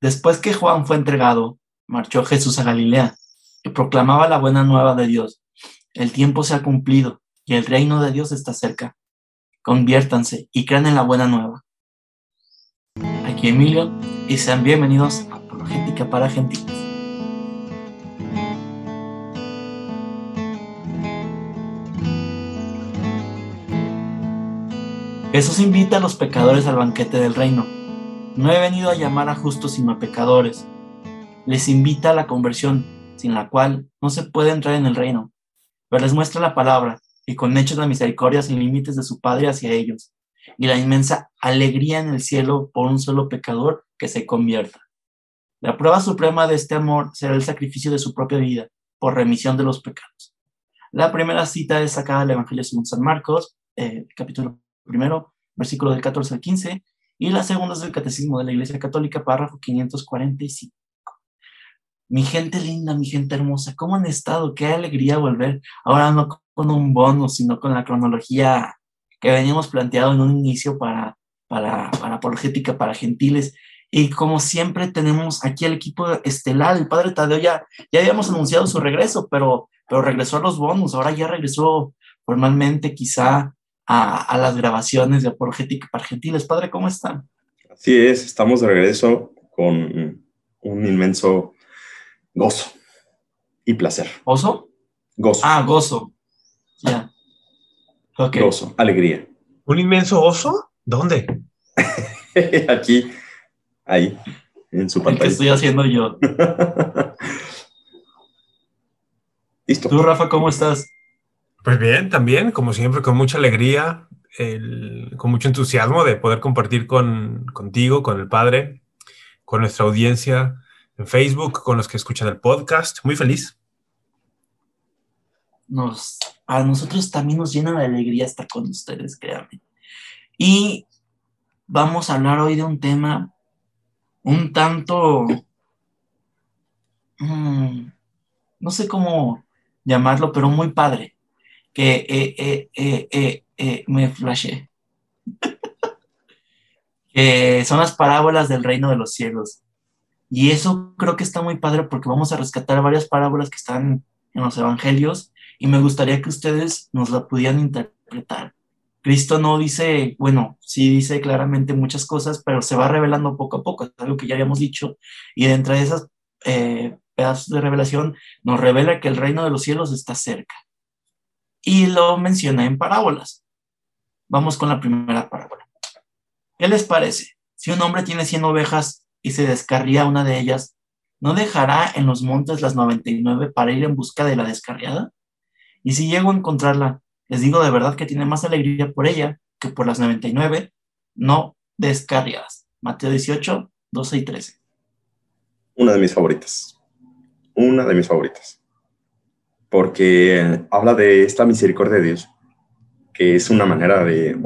Después que Juan fue entregado, marchó Jesús a Galilea y proclamaba la buena nueva de Dios. El tiempo se ha cumplido y el reino de Dios está cerca. Conviértanse y crean en la buena nueva. Aquí Emilio y sean bienvenidos a Apologética para Gentiles. Jesús invita a los pecadores al banquete del reino. No he venido a llamar a justos sino a pecadores. Les invita a la conversión, sin la cual no se puede entrar en el reino, pero les muestra la palabra y con hechos la misericordia sin límites de su Padre hacia ellos, y la inmensa alegría en el cielo por un solo pecador que se convierta. La prueba suprema de este amor será el sacrificio de su propia vida por remisión de los pecados. La primera cita es sacada del Evangelio según San Marcos, capítulo 1, versículo del 14 al 15, y la segunda es del Catecismo de la Iglesia Católica, párrafo 545. Mi gente linda, mi gente hermosa, ¿cómo han estado? Qué alegría volver, ahora no con un bonus, sino con la cronología que veníamos planteado en un inicio para Apologética para Gentiles. Y como siempre tenemos aquí el equipo estelar, el Padre Tadeo ya habíamos anunciado su regreso, pero regresó a los bonus, ahora ya regresó formalmente quizá a las grabaciones de Apologética para Gentiles. Padre, ¿cómo están? Así es, estamos de regreso con un inmenso gozo y placer. ¿Oso? Gozo. Ah, gozo. Ya. Okay. Gozo, alegría. ¿Un inmenso oso? ¿Dónde? Aquí, ahí, en su pantalla. ¿Qué estoy haciendo yo? Listo. ¿Tú, Rafa, cómo estás? Pues bien, también, como siempre, con mucha alegría, con mucho entusiasmo de poder compartir contigo, con el Padre, con nuestra audiencia en Facebook, con los que escuchan el podcast. Muy feliz. A nosotros también nos llena de alegría estar con ustedes, créanme. Y vamos a hablar hoy de un tema un tanto, no sé cómo llamarlo, pero muy padre, que me flashé. Que son las parábolas del reino de los cielos. Y eso creo que está muy padre porque vamos a rescatar varias parábolas que están en los evangelios y me gustaría que ustedes nos la pudieran interpretar. Cristo no dice, bueno, sí dice claramente muchas cosas, pero se va revelando poco a poco, es algo que ya habíamos dicho, y dentro de esas pedazos de revelación nos revela que el reino de los cielos está cerca. Y lo menciona en parábolas. Vamos con la primera parábola. ¿Qué les parece? Si un hombre tiene 100 ovejas y se descarría una de ellas, ¿no dejará en los montes las 99 para ir en busca de la descarriada? Y si llego a encontrarla, les digo de verdad que tiene más alegría por ella que por las 99 no descarriadas. Mateo 18, 12 y 13. Una de mis favoritas. Una de mis favoritas. Porque habla de esta misericordia de Dios, que es una manera de...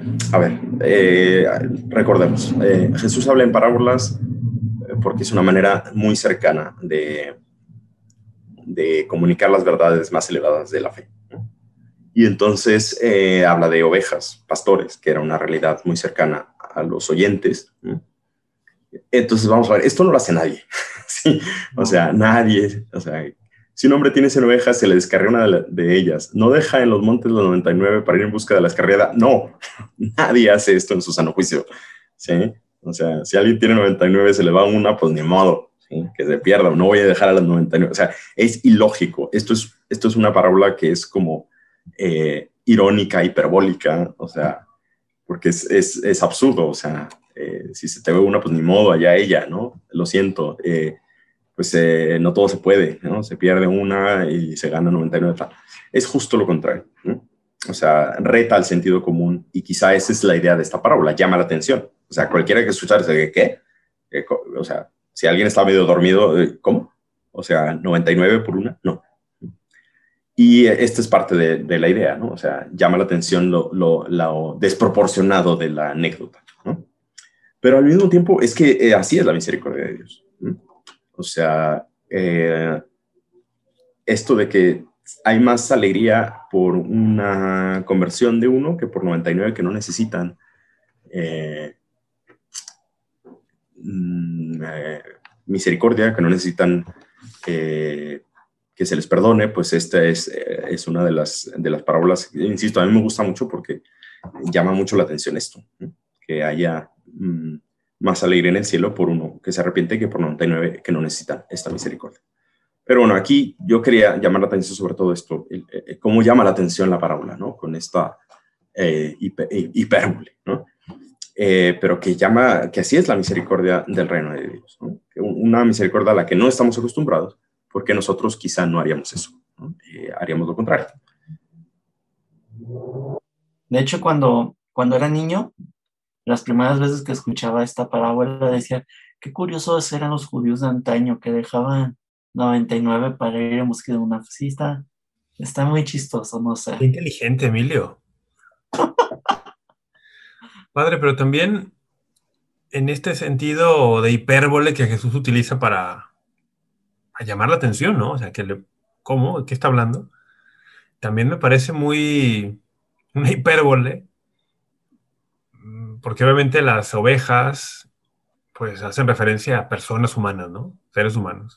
recordemos, Jesús habla en parábolas porque es una manera muy cercana de comunicar las verdades más elevadas de la fe, ¿no? Y entonces habla de ovejas, pastores, que era una realidad muy cercana a los oyentes, ¿no? Entonces vamos a ver, esto no lo hace nadie. Sí, o sea, nadie, o sea, si un hombre tiene 100 ovejas, se le descarría una de ellas, no deja en los montes las 99 para ir en busca de la descarriada. No, nadie hace esto en su sano juicio, ¿sí? O sea, si alguien tiene 99, se le va una, pues ni modo, ¿sí? Que se pierda, no voy a dejar a las 99. O sea, es ilógico. Esto es una parábola que es como irónica, hiperbólica, o sea, porque es absurdo, o sea, si se te ve una, pues ni modo, allá ella, ¿no? Lo siento, pues no todo se puede, ¿no? Se pierde una y se gana 99. Es justo lo contrario, ¿no? O sea, reta al sentido común y quizá esa es la idea de esta parábola, llama la atención. O sea, cualquiera que escucharse, ¿qué? O sea, si alguien está medio dormido, ¿cómo? O sea, 99 por una, no. Y esta es parte de la idea, ¿no? O sea, llama la atención lo desproporcionado de la anécdota, ¿no? Pero al mismo tiempo es que así es la misericordia de Dios, ¿no? O sea, esto de que hay más alegría por una conversión de uno que por 99 que no necesitan misericordia, que no necesitan que se les perdone, pues esta es una de las parábolas, insisto, a mí me gusta mucho porque llama mucho la atención esto, ¿no? Que haya más alegría en el cielo por uno que se arrepiente que por 99 que no necesitan esta misericordia. Pero bueno, aquí yo quería llamar la atención sobre todo esto, cómo llama la atención la parábola, ¿no? Con esta hipérbole, ¿no? Pero que así es la misericordia del reino de Dios, ¿no? Una misericordia a la que no estamos acostumbrados, porque nosotros quizá no haríamos eso, ¿no? Haríamos lo contrario. De hecho, cuando era niño, las primeras veces que escuchaba esta parábola decía, qué curiosos eran los judíos de antaño que dejaban 99 para ir en búsqueda de una. Sí, está muy chistoso, no sé. Qué inteligente, Emilio. Padre, pero también en este sentido de hipérbole que Jesús utiliza para llamar la atención, ¿no? O sea, ¿cómo? ¿De qué está hablando? También me parece muy una hipérbole, porque obviamente las ovejas, pues hacen referencia a personas humanas, ¿no? Seres humanos.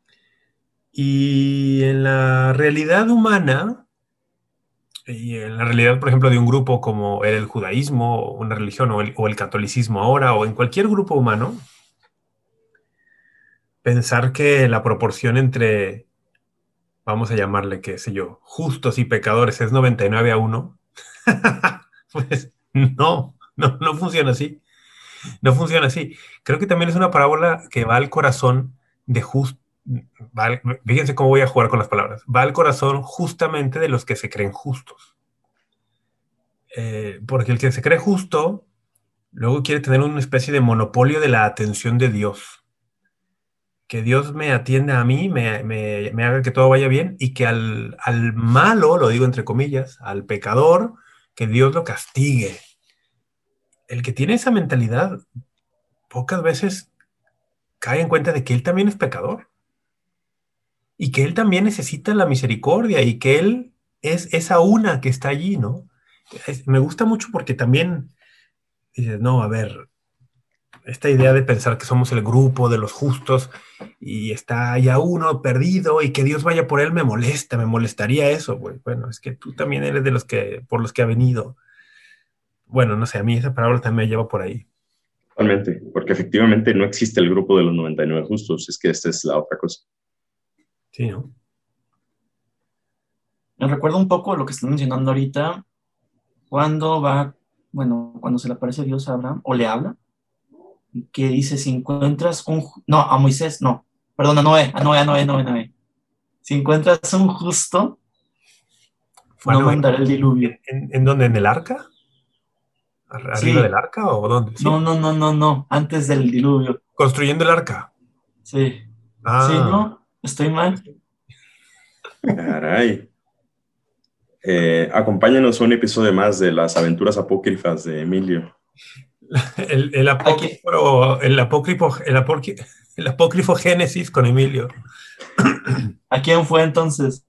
Y en la realidad humana, y en la realidad, por ejemplo, de un grupo como el judaísmo, o una religión, o el catolicismo ahora, o en cualquier grupo humano, pensar que la proporción entre, vamos a llamarle, qué sé yo, justos y pecadores es 99-1, pues no funciona así. No funciona así. Creo que también es una parábola que va al corazón de fíjense cómo voy a jugar con las palabras. Va al corazón justamente de los que se creen justos. Porque el que se cree justo luego quiere tener una especie de monopolio de la atención de Dios. Que Dios me atienda a mí, me haga que todo vaya bien, y que al malo, lo digo entre comillas, al pecador, que Dios lo castigue. El que tiene esa mentalidad pocas veces cae en cuenta de que él también es pecador y que él también necesita la misericordia y que él es esa una que está allí, ¿no? Me gusta mucho porque también dices, no, a ver, esta idea de pensar que somos el grupo de los justos y está ya uno perdido y que Dios vaya por él me molestaría eso, güey. Bueno, es que tú también eres de por los que ha venido. Bueno, no sé, a mí esa palabra también me lleva por ahí. Totalmente, porque efectivamente no existe el grupo de los 99 justos, es que esta es la otra cosa. Sí, ¿no? Me recuerda un poco lo que están mencionando ahorita, cuando se le aparece a Dios a Abraham, o le habla, que dice, si encuentras no, a Moisés, no, perdón, a Noé. Si encuentras un justo, no Bueno, mandaré el diluvio. ¿en dónde? ¿En el arca? ¿Arriba del Sí, arca o dónde? ¿Sí? no, antes del diluvio. Construyendo el arca. Sí, sí, Ah, no, estoy mal. Caray. Acompáñanos a un episodio más de las aventuras apócrifas de Emilio. el Aquí, apócrifo Génesis con Emilio. ¿a quién fue entonces?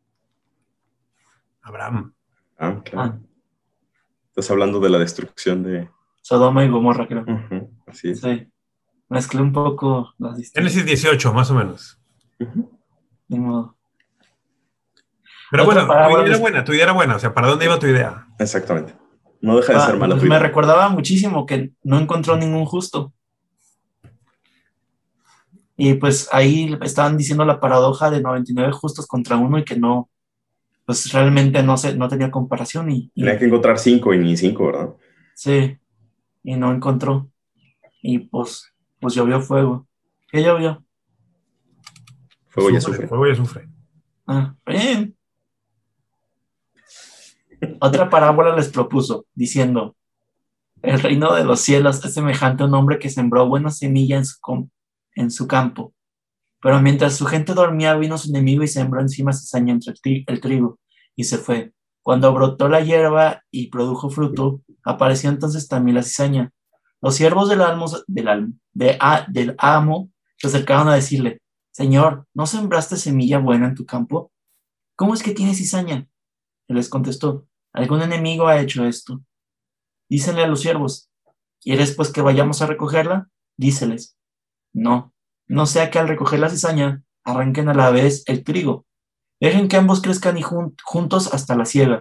Abraham. Ah, claro. Estás hablando de la destrucción de... Sodoma y Gomorra, creo. Así es. Sí, mezclé un poco las historias. Génesis 18, más o menos. Ni modo. Pero Otra bueno, parábola tu idea era buena. O sea, ¿para dónde iba tu idea? Exactamente. No deja de ser mala pues tu me idea. recordaba muchísimo que no encontró ningún justo. Y pues ahí estaban diciendo la paradoja de 99 justos contra uno y que no, pues realmente no tenía comparación Tenía que encontrar 5 y ni 5, ¿verdad? sí, y no encontró. Y pues llovió fuego. ¿Qué llovió? Fuego y azufre. Fuego y azufre. Bien. Otra parábola les propuso, diciendo, el reino de los cielos es semejante a un hombre que sembró buena semilla en su campo. Pero mientras su gente dormía, vino su enemigo y sembró encima cizaña entre el trigo, y se fue. Cuando brotó la hierba y produjo fruto, apareció entonces también la cizaña. Los siervos del amo se acercaron a decirle, Señor, ¿no sembraste semilla buena en tu campo? ¿Cómo es que tiene cizaña? Él les contestó, algún enemigo ha hecho esto. Dícenle a los siervos, ¿quieres pues que vayamos a recogerla? díceles, no sea que al recoger la cizaña arranquen a la vez el trigo. Dejen que ambos crezcan juntos hasta la siega.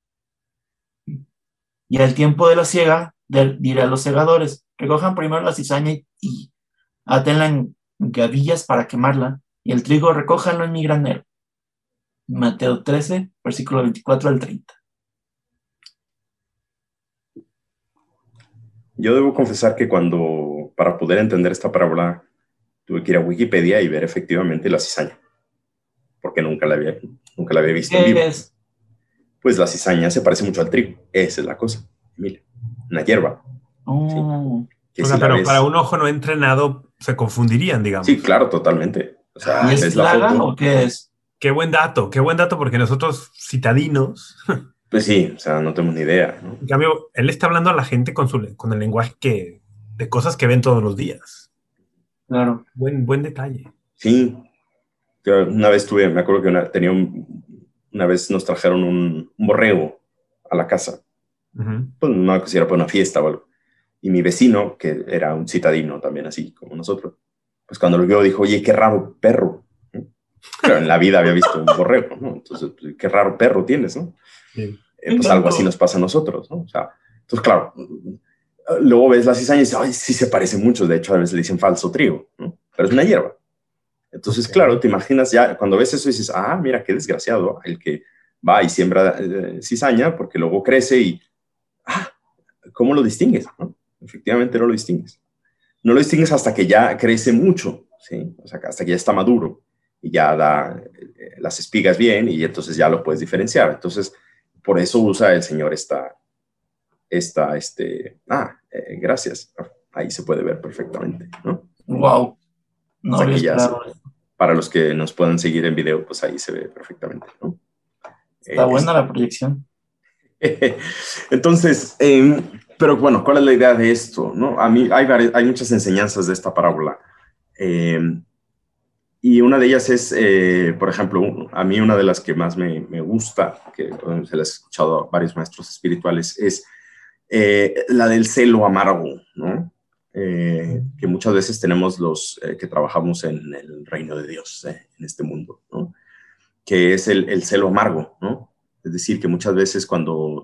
Y al tiempo de la siega, diré a los segadores, recojan primero la cizaña y átenla en gavillas para quemarla, y el trigo recójanlo en mi granero. Mateo 13, versículo 24 al 30. Yo debo confesar que para poder entender esta parábola, tuve que ir a Wikipedia y ver efectivamente la cizaña, porque nunca la había visto en vivo. ¿Qué es? Pues la cizaña se parece mucho al trigo, esa es la cosa. Mira, una hierba. Oh. Sí, o sea, pero para un ojo no entrenado se confundirían, digamos. Sí, claro, totalmente. O sea, ¿Y es ves la plaga foto. o qué es? Qué buen dato, porque nosotros citadinos, Pues sí, o sea, no tenemos ni idea, ¿no? en cambio, él está hablando a la gente con el lenguaje de cosas que ven todos los días. Claro. Buen detalle. Sí, yo una vez me acuerdo que una vez nos trajeron un borrego a la casa. Uh-huh. Pues no sé si era para una fiesta o algo. Y mi vecino, que era un citadino también así como nosotros, pues cuando lo vio dijo, oye, qué raro perro. Pero en la vida había visto un borrego, ¿no? Entonces, pues, qué raro perro tienes, ¿no? Sí. Pues algo así nos pasa a nosotros, ¿no? O sea, entonces, claro, luego ves la cizaña y dices, ay, sí se parece mucho. De hecho, a veces le dicen falso trigo, ¿no? Pero es una hierba. Entonces, claro, te imaginas ya, cuando ves eso dices, mira, qué desgraciado, el que va y siembra cizaña porque luego crece y, ¿cómo lo distingues? ¿No? Efectivamente no lo distingues. No lo distingues hasta que ya crece mucho, ¿sí? O sea, hasta que ya está maduro y ya da las espigas bien y entonces ya lo puedes diferenciar. Entonces, por eso usa el Señor gracias. Ahí se puede ver perfectamente, ¿no? Wow. No Hasta había que ya esperado eso. para los que nos puedan seguir en video, pues ahí se ve perfectamente, ¿no? Está buena la proyección. Entonces, pero bueno, ¿cuál es la idea de esto? ¿No? A mí hay muchas enseñanzas de esta parábola. Y una de ellas es, por ejemplo, a mí una de las que más me gusta, que se las he escuchado a varios maestros espirituales, es la del celo amargo, ¿no? Que muchas veces tenemos los que trabajamos en el reino de Dios, en este mundo, ¿no? Que es el celo amargo, ¿no? Es decir, que muchas veces cuando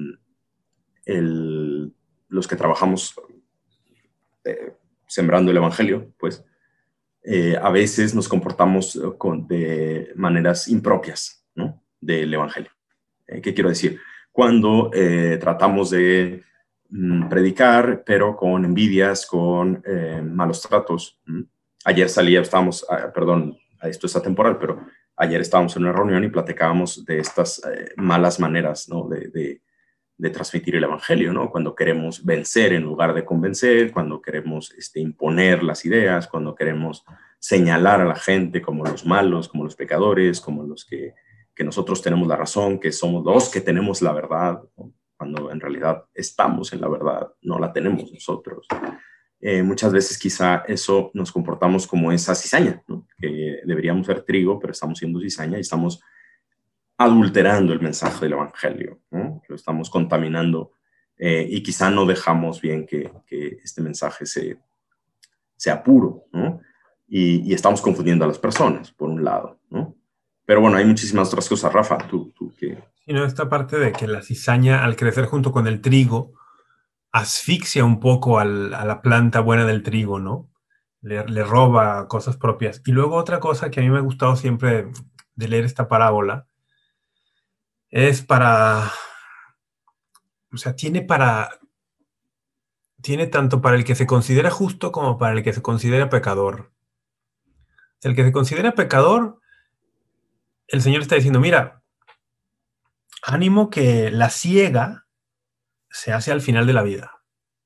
los que trabajamos sembrando el evangelio, pues a veces nos comportamos de maneras impropias, ¿no? Del evangelio. ¿Qué quiero decir? Cuando tratamos de predicar, pero con envidias, con malos tratos. Ayer esto es atemporal, pero ayer estábamos en una reunión y platicábamos de estas malas maneras, ¿no? de transmitir el evangelio, ¿no? Cuando queremos vencer en lugar de convencer, cuando queremos imponer las ideas, cuando queremos señalar a la gente como los malos, como los pecadores, como los que nosotros tenemos la razón, que somos los que tenemos la verdad, ¿no? Cuando en realidad estamos en la verdad, no la tenemos nosotros. Muchas veces quizá eso nos comportamos como esa cizaña, ¿no? Que deberíamos ser trigo, pero estamos siendo cizaña y estamos adulterando el mensaje del evangelio, ¿no? Lo estamos contaminando y quizá no dejamos bien que este mensaje sea puro, ¿no? Y estamos confundiendo a las personas, por un lado, ¿no? Pero bueno, hay muchísimas otras cosas, Rafa, tú que... Sí, ¿no? Esta parte de que la cizaña, al crecer junto con el trigo, asfixia un poco a la planta buena del trigo, ¿no? Le roba cosas propias. Y luego otra cosa que a mí me ha gustado siempre de leer esta parábola es o sea, tiene tanto para el que se considera justo como para el que se considera pecador. El que se considera pecador, el Señor está diciendo, mira, ánimo que la siega se hace al final de la vida.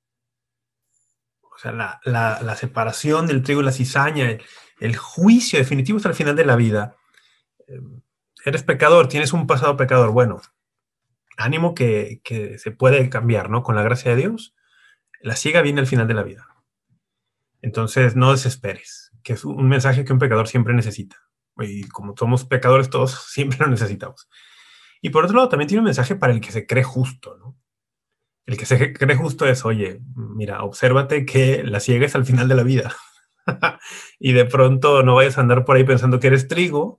O sea, la separación del trigo y la cizaña, el juicio definitivo está al final de la vida. Eres pecador, tienes un pasado pecador. Bueno, ánimo que se puede cambiar, ¿no? Con la gracia de Dios, la siega viene al final de la vida. Entonces, no desesperes, que es un mensaje que un pecador siempre necesita. Y como somos pecadores todos, siempre lo necesitamos. Y por otro lado, también tiene un mensaje para el que se cree justo, ¿no? El que se cree justo es, oye, mira, obsérvate que la ciega es al final de la vida. Y de pronto no vayas a andar por ahí pensando que eres trigo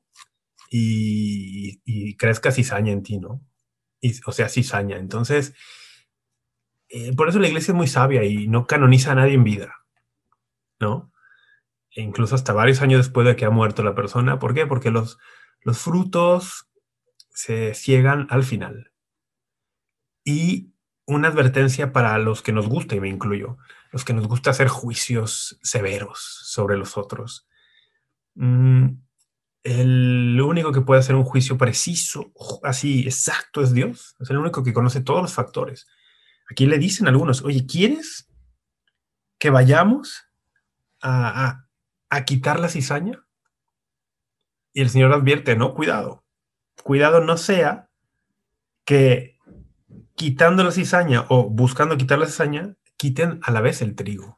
y crezca cizaña en ti, ¿no? O sea, cizaña. Entonces, por eso la iglesia es muy sabia y no canoniza a nadie en vida, ¿no? E incluso hasta varios años después de que ha muerto la persona. ¿Por qué? Porque los frutos se ciegan al final. Y una advertencia para los que nos gusta, y me incluyo, los que nos gusta hacer juicios severos sobre los otros. El único que puede hacer un juicio preciso, así exacto, es Dios. Es el único que conoce todos los factores. Aquí le dicen algunos, oye, ¿quieres que vayamos a quitar la cizaña? Y el Señor advierte, no, cuidado. Cuidado no sea que quitando la cizaña o buscando quitar la cizaña, quiten a la vez el trigo.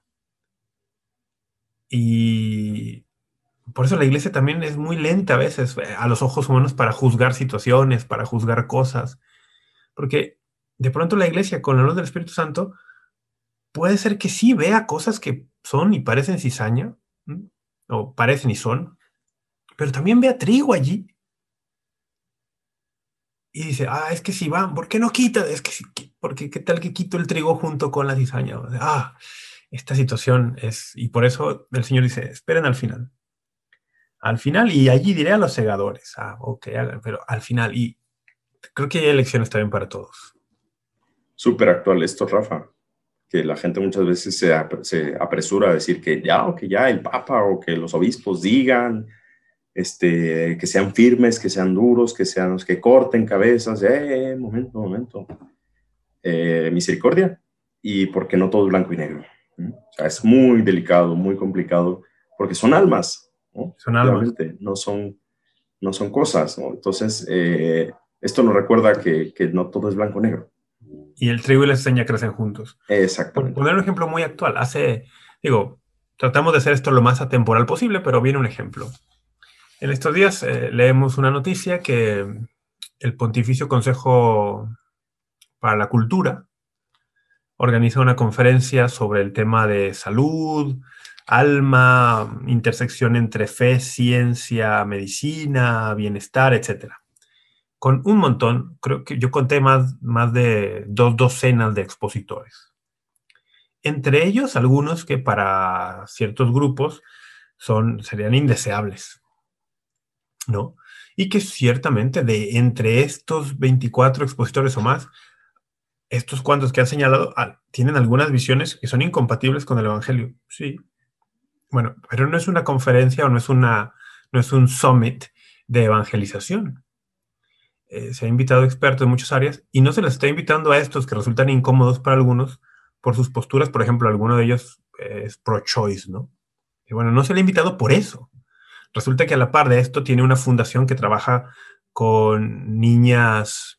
Y por eso la iglesia también es muy lenta a veces a los ojos humanos para juzgar situaciones, para juzgar cosas. Porque de pronto la iglesia con la luz del Espíritu Santo puede ser que sí vea cosas que son y parecen cizaña, ¿m? O parecen y son, pero también vea trigo allí. Y dice, es que si van, ¿por qué no quita? Es que porque qué tal que quito el trigo junto con la cizaña. O sea, esta situación es, y por eso el Señor dice, esperen al final. Al final, y allí diré a los segadores, ok, pero al final, y creo que hay elecciones también para todos. Súper actual esto, Rafa, que la gente muchas veces se apresura a decir que ya, o que ya el Papa o que los obispos digan, que sean firmes, que sean duros, que corten cabezas, momento, misericordia, y porque no todo es blanco y negro. O sea, es muy delicado, muy complicado, porque son almas, ¿no? Son almas. No son cosas, ¿no? Entonces, esto nos recuerda que no todo es blanco o negro. Y el trigo y la cizaña crecen juntos. Por Exactamente. poner un ejemplo muy actual, tratamos de hacer esto lo más atemporal posible, pero viene un ejemplo. En estos días leemos una noticia que el Pontificio Consejo para la Cultura organiza una conferencia sobre el tema de salud, alma, intersección entre fe, ciencia, medicina, bienestar, etc. Con un montón, creo que yo conté más de 2 docenas de expositores. Entre ellos, algunos que para ciertos grupos serían indeseables, ¿no? Y que ciertamente entre estos 24 expositores o más, estos cuantos que han señalado tienen algunas visiones que son incompatibles con el Evangelio. Sí. Bueno, pero no es una conferencia o no es un summit de evangelización. Se ha invitado expertos en muchas áreas y no se les está invitando a estos que resultan incómodos para algunos por sus posturas. Por ejemplo, alguno de ellos es pro-choice, ¿no? Y bueno, no se le ha invitado por eso. Resulta que a la par de esto tiene una fundación que trabaja con niñas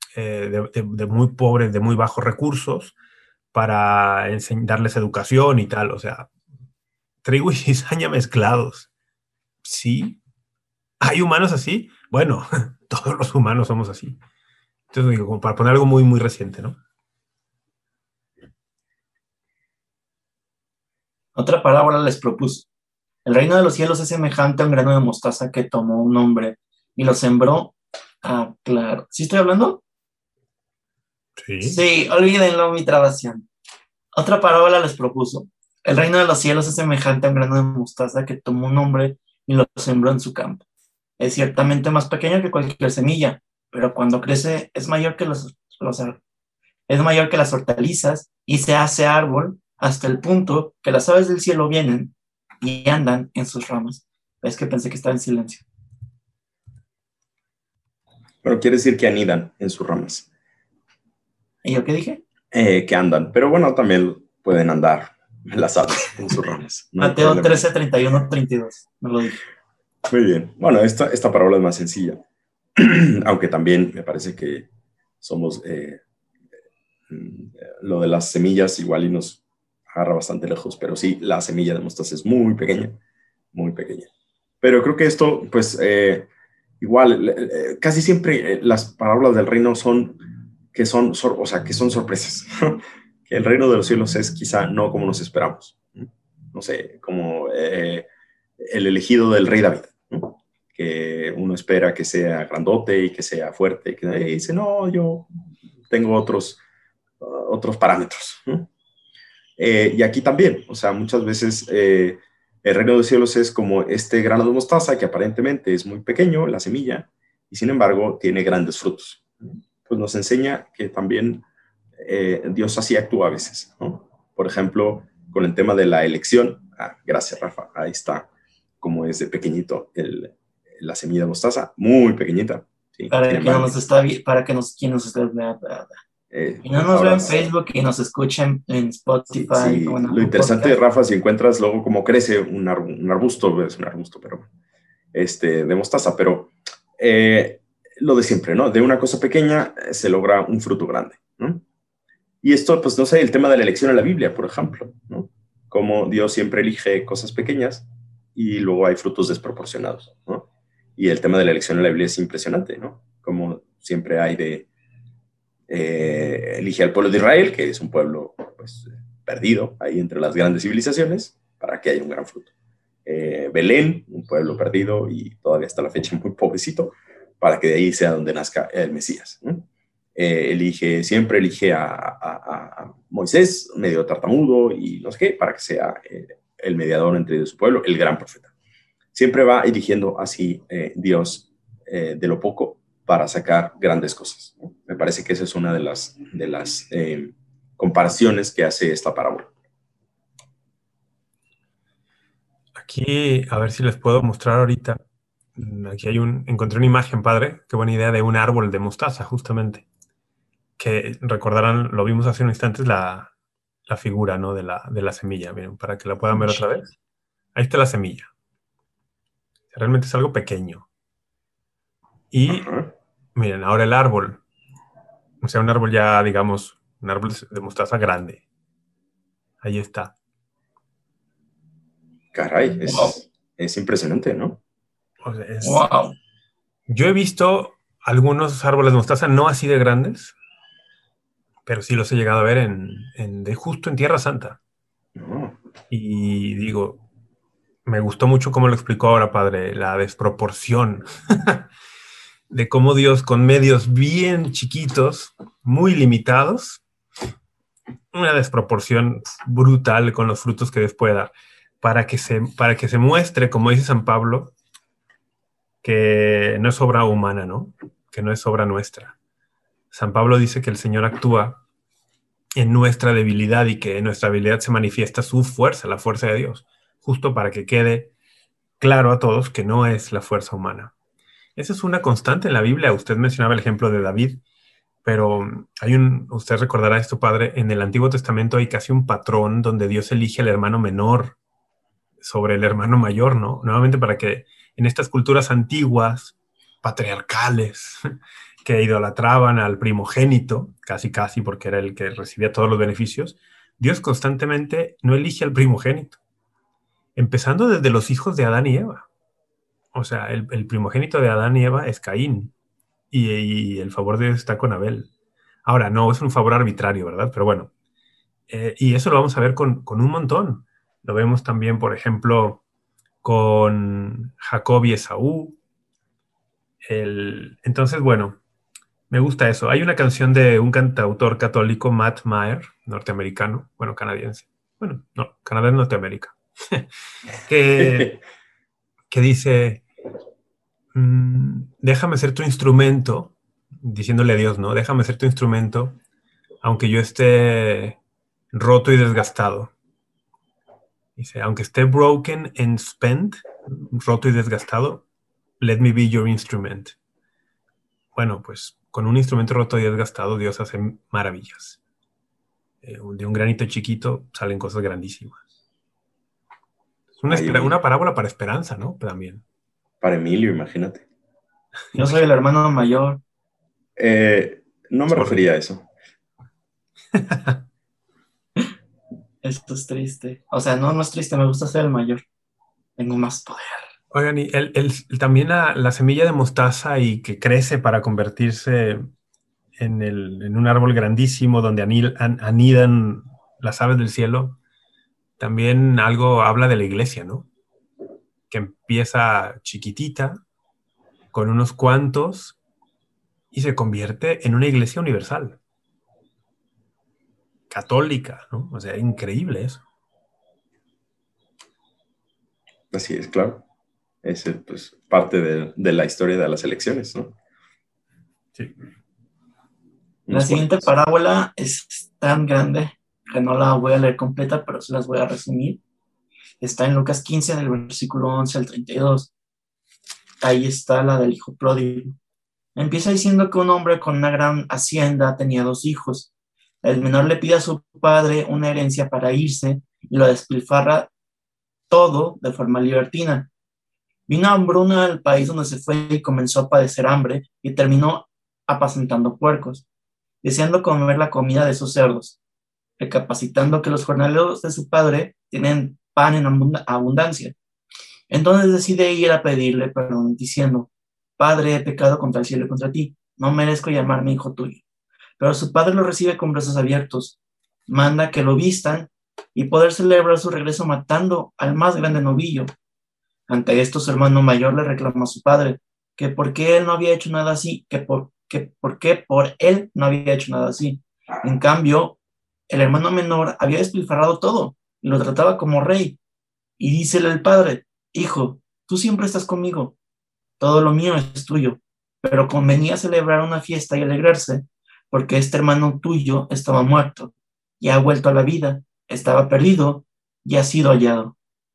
de muy pobres, de muy bajos recursos, para darles educación y tal. O sea, trigo y cizaña mezclados. ¿Sí? ¿Hay humanos así? Bueno, todos los humanos somos así. Entonces digo, como para poner algo muy, muy reciente, ¿no? Otra parábola les propuso. El reino de los cielos es semejante a un grano de mostaza que tomó un hombre y lo sembró. Claro. ¿Sí estoy hablando? Sí. Sí, olvídenlo, mi trabación. Otra parábola les propuso. El reino de los cielos es semejante a un grano de mostaza que tomó un hombre y lo sembró en su campo. Es ciertamente más pequeño que cualquier semilla, pero cuando crece es mayor que es mayor que las hortalizas y se hace árbol hasta el punto que las aves del cielo vienen y andan en sus ramas. Es que pensé que estaba en silencio. Pero quiere decir que anidan en sus ramas. ¿Y yo qué dije? Que andan, pero bueno, también pueden andar las aves en sus ramas. No Mateo 13, 31, 32. Me lo dije. Muy bien. Bueno, esta parábola es más sencilla, aunque también me parece que somos lo de las semillas igual y nos agarra bastante lejos, pero sí, la semilla de mostaza es muy pequeña, muy pequeña. Pero creo que esto, pues, igual, casi siempre las parábolas del reino son que son sorpresas. Que el reino de los cielos es quizá no como nos esperamos. No sé, como el elegido del rey David, ¿no? Que uno espera que sea grandote y que sea fuerte, que dice, no, yo tengo otros parámetros, ¿no? Y aquí también, o sea, muchas veces el reino de los cielos es como este grano de mostaza que aparentemente es muy pequeño, la semilla, y sin embargo tiene grandes frutos. Pues nos enseña que también Dios así actúa a veces, ¿no? Por ejemplo, con el tema de la elección. Gracias, Rafa. Ahí está, como es de pequeñito la semilla de mostaza, muy pequeñita. ¿Sí? Sin embargo, quien nos está y no pues nos ve ahora en Facebook y nos escuchen en Spotify o sí, en lo Apple interesante de Podcast. Rafa, si encuentras luego cómo crece un arbusto, es un arbusto, pero de mostaza, pero lo de siempre, ¿no? De una cosa pequeña se logra un fruto grande, ¿no? Y esto, pues, no sé, el tema de la elección en la Biblia, por ejemplo, ¿no? Como Dios siempre elige cosas pequeñas y luego hay frutos desproporcionados, ¿no? Y el tema de la elección en la Biblia es impresionante, ¿no? Como siempre hay elige al pueblo de Israel, que es un pueblo, pues, perdido ahí entre las grandes civilizaciones, para que haya un gran fruto. Belén, un pueblo perdido y todavía hasta la fecha muy pobrecito, para que de ahí sea donde nazca el Mesías, ¿no? Siempre elige a Moisés, medio tartamudo y no sé qué, para que sea el mediador entre su pueblo, el gran profeta. Siempre va eligiendo así Dios de lo poco para sacar grandes cosas, ¿no? Me parece que esa es una de las comparaciones que hace esta parábola. Aquí, a ver si les puedo mostrar ahorita. Aquí encontré una imagen, padre, qué buena idea, de un árbol de mostaza, justamente. Que recordarán, lo vimos hace unos instantes, la figura, ¿no? de la semilla. Miren, para que la puedan ver otra vez. Ahí está la semilla. Realmente es algo pequeño. Y miren, ahora el árbol. O sea, un árbol ya, digamos, un árbol de mostaza grande. Ahí está. Caray, Wow. es impresionante, ¿no? O sea, Wow. yo he visto algunos árboles de mostaza no así de grandes, pero sí los he llegado a ver justo en Tierra Santa. No. Y digo, me gustó mucho cómo lo explicó ahora, padre, la desproporción de cómo Dios, con medios bien chiquitos, muy limitados, una desproporción brutal con los frutos que Dios puede dar, para que se muestre, como dice San Pablo, que no es obra humana, ¿no? Que no es obra nuestra. San Pablo dice que el Señor actúa en nuestra debilidad y que en nuestra debilidad se manifiesta su fuerza, la fuerza de Dios, justo para que quede claro a todos que no es la fuerza humana. Esa es una constante en la Biblia. Usted mencionaba el ejemplo de David, pero usted recordará esto, padre, en el Antiguo Testamento hay casi un patrón donde Dios elige al hermano menor sobre el hermano mayor, ¿no? Nuevamente para que en estas culturas antiguas, patriarcales, que idolatraban al primogénito, casi casi porque era el que recibía todos los beneficios, Dios constantemente no elige al primogénito, empezando desde los hijos de Adán y Eva. O sea, el primogénito de Adán y Eva es Caín y el favor de Dios está con Abel. Ahora, no es un favor arbitrario, ¿verdad? Pero bueno, y eso lo vamos a ver con un montón. Lo vemos también, por ejemplo, con Jacob y Esaú. Entonces, bueno, me gusta eso. Hay una canción de un cantautor católico, Matt Maher, norteamericano, bueno, canadiense. Bueno, no, Canadá es Norteamérica. que, que dice, déjame ser tu instrumento, diciéndole a Dios, ¿no? Déjame ser tu instrumento, aunque yo esté roto y desgastado. Dice, aunque esté broken and spent, roto y desgastado, let me be your instrument. Bueno, pues con un instrumento roto y desgastado, Dios hace maravillas. De un granito chiquito salen cosas grandísimas. Es una parábola para esperanza, ¿no? También. Para Emilio, imagínate. Yo soy el hermano mayor. No me refería a eso. Esto es triste. O sea, no es triste, me gusta ser el mayor. Tengo más poder. Oigan, y también la semilla de mostaza y que crece para convertirse en un árbol grandísimo donde anidan las aves del cielo, también algo habla de la iglesia, ¿no? Que empieza chiquitita, con unos cuantos, y se convierte en una iglesia universal, católica, ¿no? O sea, increíble eso. Así es, claro. Es pues, parte de la historia de las elecciones, ¿no? Sí. La Unos siguiente cuantos. parábola es tan grande que no la voy a leer completa, pero se las voy a resumir. Está en Lucas 15, del versículo 11 al 32. Ahí está la del hijo pródigo. Empieza diciendo que un hombre con una gran hacienda tenía 2 hijos. El menor le pide a su padre una herencia para irse y lo despilfarra todo de forma libertina. Vino hambruna al país donde se fue y comenzó a padecer hambre y terminó apacentando puercos, deseando comer la comida de sus cerdos, recapacitando que los jornaleros de su padre tienen pan en abundancia. Entonces decide ir a pedirle perdón, diciendo: Padre, he pecado contra el cielo y contra ti, no merezco llamarme hijo tuyo. Pero su padre lo recibe con brazos abiertos, manda que lo vistan y poder celebrar su regreso matando al más grande novillo. Ante esto, su hermano mayor le reclama a su padre que por qué él no había hecho nada así, que por qué por él no había hecho nada así. En cambio, el hermano menor había despilfarrado todo y lo trataba como rey. Y dícele el padre: Hijo, tú siempre estás conmigo, todo lo mío es tuyo, pero convenía celebrar una fiesta y alegrarse, porque este hermano tuyo estaba muerto y ha vuelto a la vida, estaba perdido y ha sido hallado.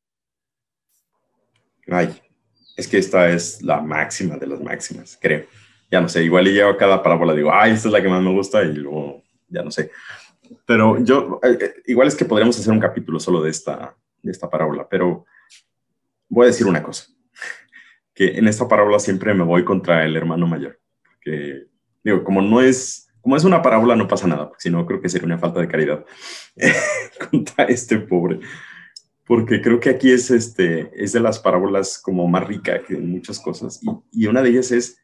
Ay, es que esta es la máxima de las máximas, creo. Ya no sé, igual y llevo a cada parábola, digo, ay, esta es la que más me gusta y luego, ya no sé. Pero yo, igual es que podríamos hacer un capítulo solo de esta parábola, pero voy a decir una cosa, que en esta parábola siempre me voy contra el hermano mayor, que digo, como es una parábola no pasa nada, porque si no creo que sería una falta de caridad contra este pobre, porque creo que aquí es de las parábolas como más rica que en muchas cosas, y una de ellas es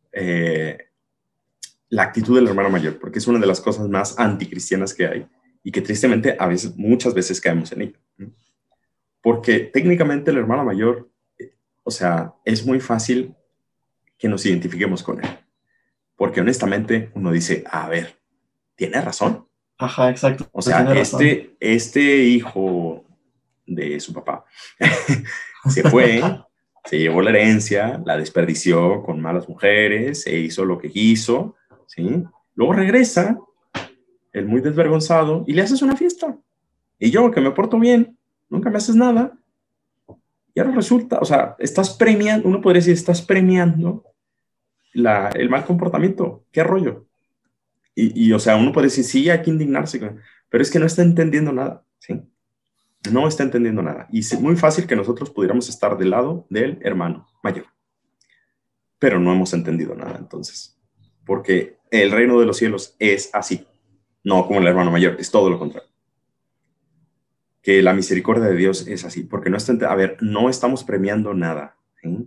la actitud del hermano mayor, porque es una de las cosas más anticristianas que hay, y que tristemente muchas veces caemos en ella, ¿no? Porque técnicamente el hermano mayor, o sea, es muy fácil que nos identifiquemos con él. Porque honestamente uno dice, a ver, tiene razón. Ajá, exacto, O sea, tiene razón. este hijo de su papá se fue, se llevó la herencia, la desperdició con malas mujeres, e hizo lo que quiso, ¿sí? Luego regresa, el muy desvergonzado, y le haces una fiesta. Y yo, que me porto bien, nunca me haces nada. Y ahora resulta, o sea, estás premiando, uno podría decir, estás premiando el mal comportamiento. ¿Qué rollo? O sea, uno puede decir, sí, hay que indignarse, pero es que no está entendiendo nada, ¿sí? No está entendiendo nada. Y es muy fácil que nosotros pudiéramos estar del lado del hermano mayor, pero no hemos entendido nada entonces. Porque el reino de los cielos es así, no como el hermano mayor, es todo lo contrario. Que la misericordia de Dios es así, porque no está, a ver, no estamos premiando nada, ¿sí?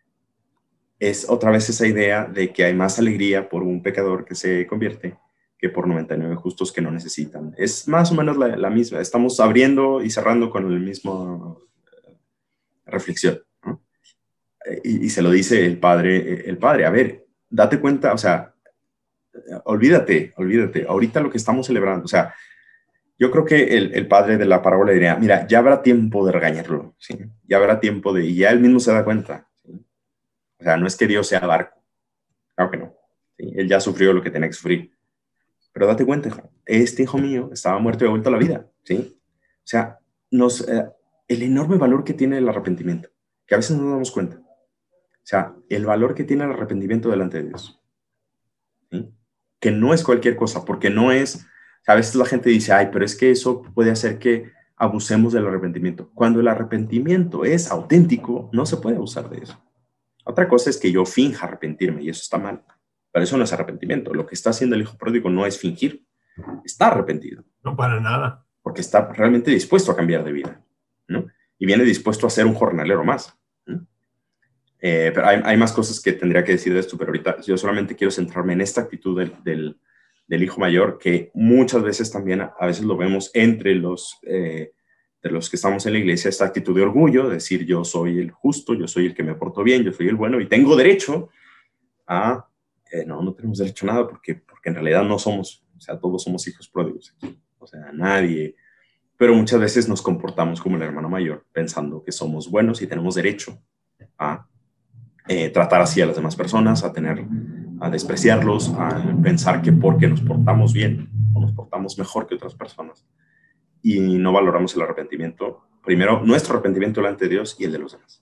Es otra vez esa idea de que hay más alegría por un pecador que se convierte que por 99 justos que no necesitan. Es más o menos la misma. Estamos abriendo y cerrando con el mismo reflexión, ¿no? Y se lo dice el padre, a ver, date cuenta, o sea, olvídate, ahorita lo que estamos celebrando, o sea, yo creo que el padre de la parábola diría, mira, ya habrá tiempo de regañarlo, ¿sí? Ya habrá tiempo y ya él mismo se da cuenta, ¿sí? O sea, no es que Dios sea barco, claro que no, ¿sí? Él ya sufrió lo que tenía que sufrir, pero date cuenta, este hijo mío estaba muerto y ha vuelto a la vida, ¿sí? O sea, el enorme valor que tiene el arrepentimiento, que a veces no nos damos cuenta, o sea, el valor que tiene el arrepentimiento delante de Dios, ¿sí? Que no es cualquier cosa, porque no es, a veces la gente dice, ay, pero es que eso puede hacer que abusemos del arrepentimiento. Cuando el arrepentimiento es auténtico, no se puede abusar de eso. Otra cosa es que yo finja arrepentirme y eso está mal, pero eso no es arrepentimiento. Lo que está haciendo el hijo pródigo no es fingir, está arrepentido. No para nada. Porque está realmente dispuesto a cambiar de vida, ¿no? Y viene dispuesto a ser un jornalero más, ¿no? Pero hay más cosas que tendría que decir de esto, pero ahorita yo solamente quiero centrarme en esta actitud del hijo mayor, que muchas veces también a veces lo vemos entre de los que estamos en la iglesia, esta actitud de orgullo, decir yo soy el justo, yo soy el que me porto bien, yo soy el bueno y tengo derecho a... no tenemos derecho a nada porque en realidad no somos, o sea, todos somos hijos pródigos aquí, o sea, nadie... Pero muchas veces nos comportamos como el hermano mayor, pensando que somos buenos y tenemos derecho a tratar así a las demás personas, a despreciarlos, a pensar que porque nos portamos bien o nos portamos mejor que otras personas y no valoramos el arrepentimiento, primero nuestro arrepentimiento delante de Dios y el de los demás.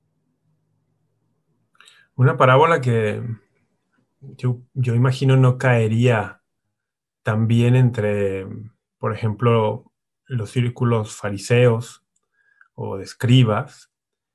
Una parábola que yo imagino no caería también entre, por ejemplo, los círculos fariseos o de escribas,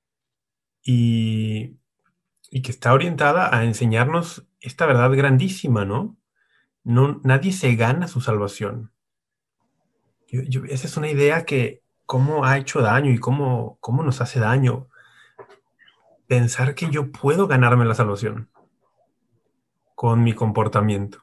y que está orientada a enseñarnos esta verdad grandísima, ¿no? Nadie se gana su salvación. Esa es una idea que cómo ha hecho daño y cómo nos hace daño pensar que yo puedo ganarme la salvación con mi comportamiento.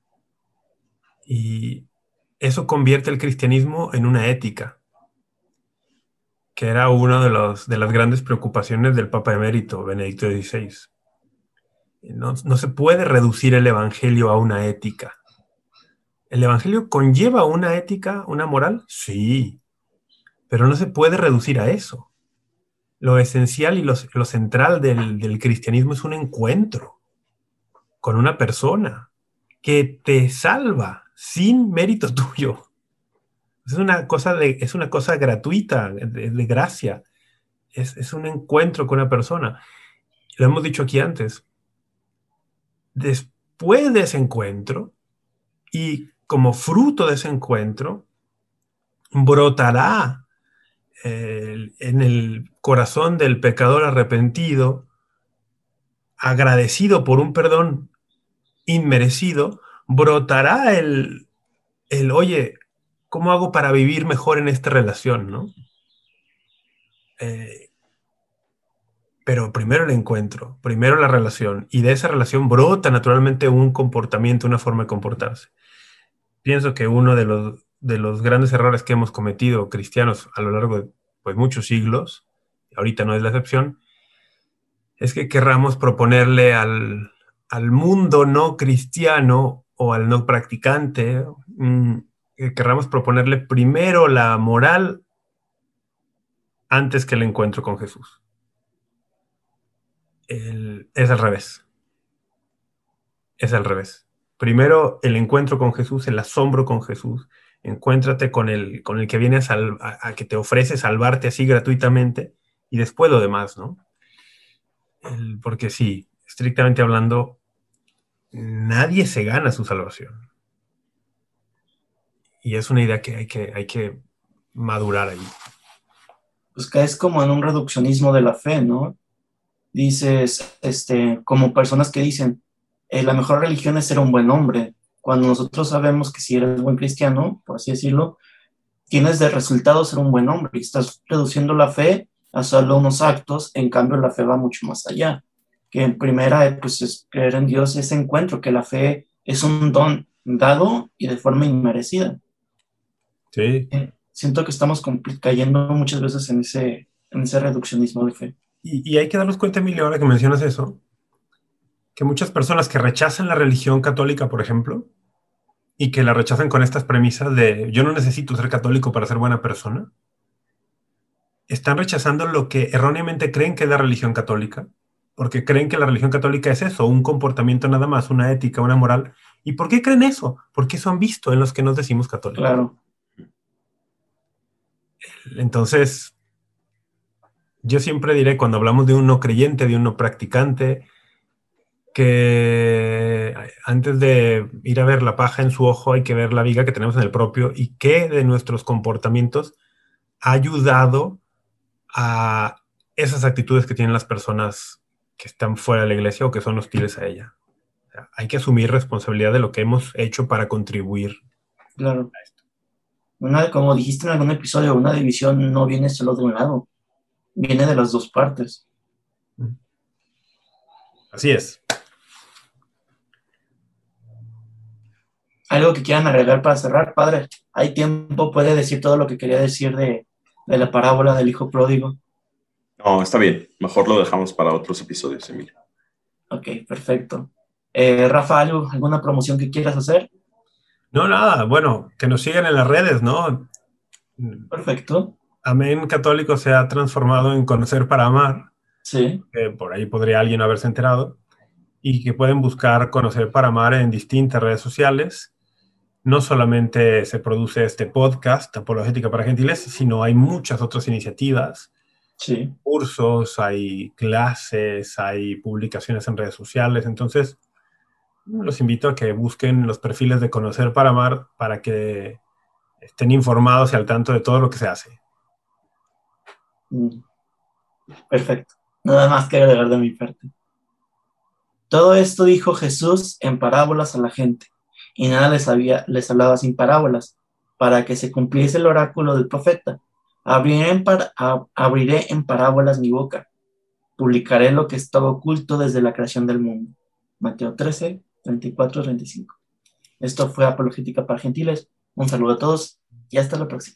Y eso convierte el cristianismo en una ética, que era una de las grandes preocupaciones del Papa Emérito, Benedicto XVI. No se puede reducir el evangelio a una ética. ¿El evangelio conlleva una ética, una moral? Sí, pero no se puede reducir a eso. Lo esencial y lo central del cristianismo es un encuentro con una persona que te salva sin mérito tuyo. Es una cosa gratuita, de gracia. Es un encuentro con una persona. Lo hemos dicho aquí antes. Después de ese encuentro y como fruto de ese encuentro, brotará en el corazón del pecador arrepentido, agradecido por un perdón inmerecido, brotará oye, ¿cómo hago para vivir mejor en esta relación, no? Pero primero el encuentro, primero la relación, y de esa relación brota naturalmente un comportamiento, una forma de comportarse. Pienso que uno de los grandes errores que hemos cometido cristianos a lo largo de pues, muchos siglos, ahorita no es la excepción, es que querramos proponerle al mundo no cristiano o al no practicante, que querramos proponerle primero la moral antes que el encuentro con Jesús. Es al revés. Es al revés. Primero el encuentro con Jesús, el asombro con Jesús. Encuéntrate con el que viene a que te ofrece salvarte así gratuitamente, y después lo demás, ¿no? Porque sí, estrictamente hablando, nadie se gana su salvación. Y es una idea que hay que madurar ahí. Pues caes como en un reduccionismo de la fe, ¿no? Dices, como personas que dicen, la mejor religión es ser un buen hombre, cuando nosotros sabemos que si eres buen cristiano, por así decirlo, tienes de resultado ser un buen hombre y estás reduciendo la fe a solo unos actos. En cambio la fe va mucho más allá, que en primera pues es creer en Dios, ese encuentro, que la fe es un don dado y de forma inmerecida. Sí. Siento que estamos cayendo muchas veces en ese reduccionismo de fe. Y hay que darnos cuenta, Emilio, ahora que mencionas eso, que muchas personas que rechazan la religión católica, por ejemplo, y que la rechazan con estas premisas de yo no necesito ser católico para ser buena persona, están rechazando lo que erróneamente creen que es la religión católica, porque creen que la religión católica es eso, un comportamiento nada más, una ética, una moral. ¿Y por qué creen eso? Porque eso han visto en los que nos decimos católicos. Claro. Entonces, yo siempre diré, cuando hablamos de un no creyente, de un no practicante, que antes de ir a ver la paja en su ojo hay que ver la viga que tenemos en el propio, y qué de nuestros comportamientos ha ayudado a esas actitudes que tienen las personas que están fuera de la iglesia o que son hostiles a ella. O sea, hay que asumir responsabilidad de lo que hemos hecho para contribuir. Claro. Como dijiste en algún episodio, una división no viene solo de un lado, viene de las dos partes. Así es. ¿Algo que quieran agregar para cerrar, padre? Hay tiempo, puede decir todo lo que quería decir de la parábola del hijo pródigo. No, está bien. Mejor lo dejamos para otros episodios, Emilio. Ok, perfecto. Rafa, ¿alguna promoción que quieras hacer? No, nada. Bueno, que nos sigan en las redes, ¿no? Perfecto. Amén Católico se ha transformado en Conocer para Amar, Sí, que por ahí podría alguien haberse enterado, y que pueden buscar Conocer para Amar en distintas redes sociales. No solamente se produce este podcast, Apologética para Gentiles, sino hay muchas otras iniciativas, sí. cursos, hay clases, hay publicaciones en redes sociales. Entonces, los invito a que busquen los perfiles de Conocer para Amar para que estén informados y al tanto de todo lo que se hace. Mm, perfecto. Nada más que agregar de mi parte. Todo esto dijo Jesús en parábolas a la gente, y nada les hablaba sin parábolas, para que se cumpliese el oráculo del profeta. Abriré en parábolas mi boca, publicaré lo que estaba oculto desde la creación del mundo. Mateo 13, 34, 35. Esto fue Apologética para Gentiles. Un saludo a todos y hasta la próxima.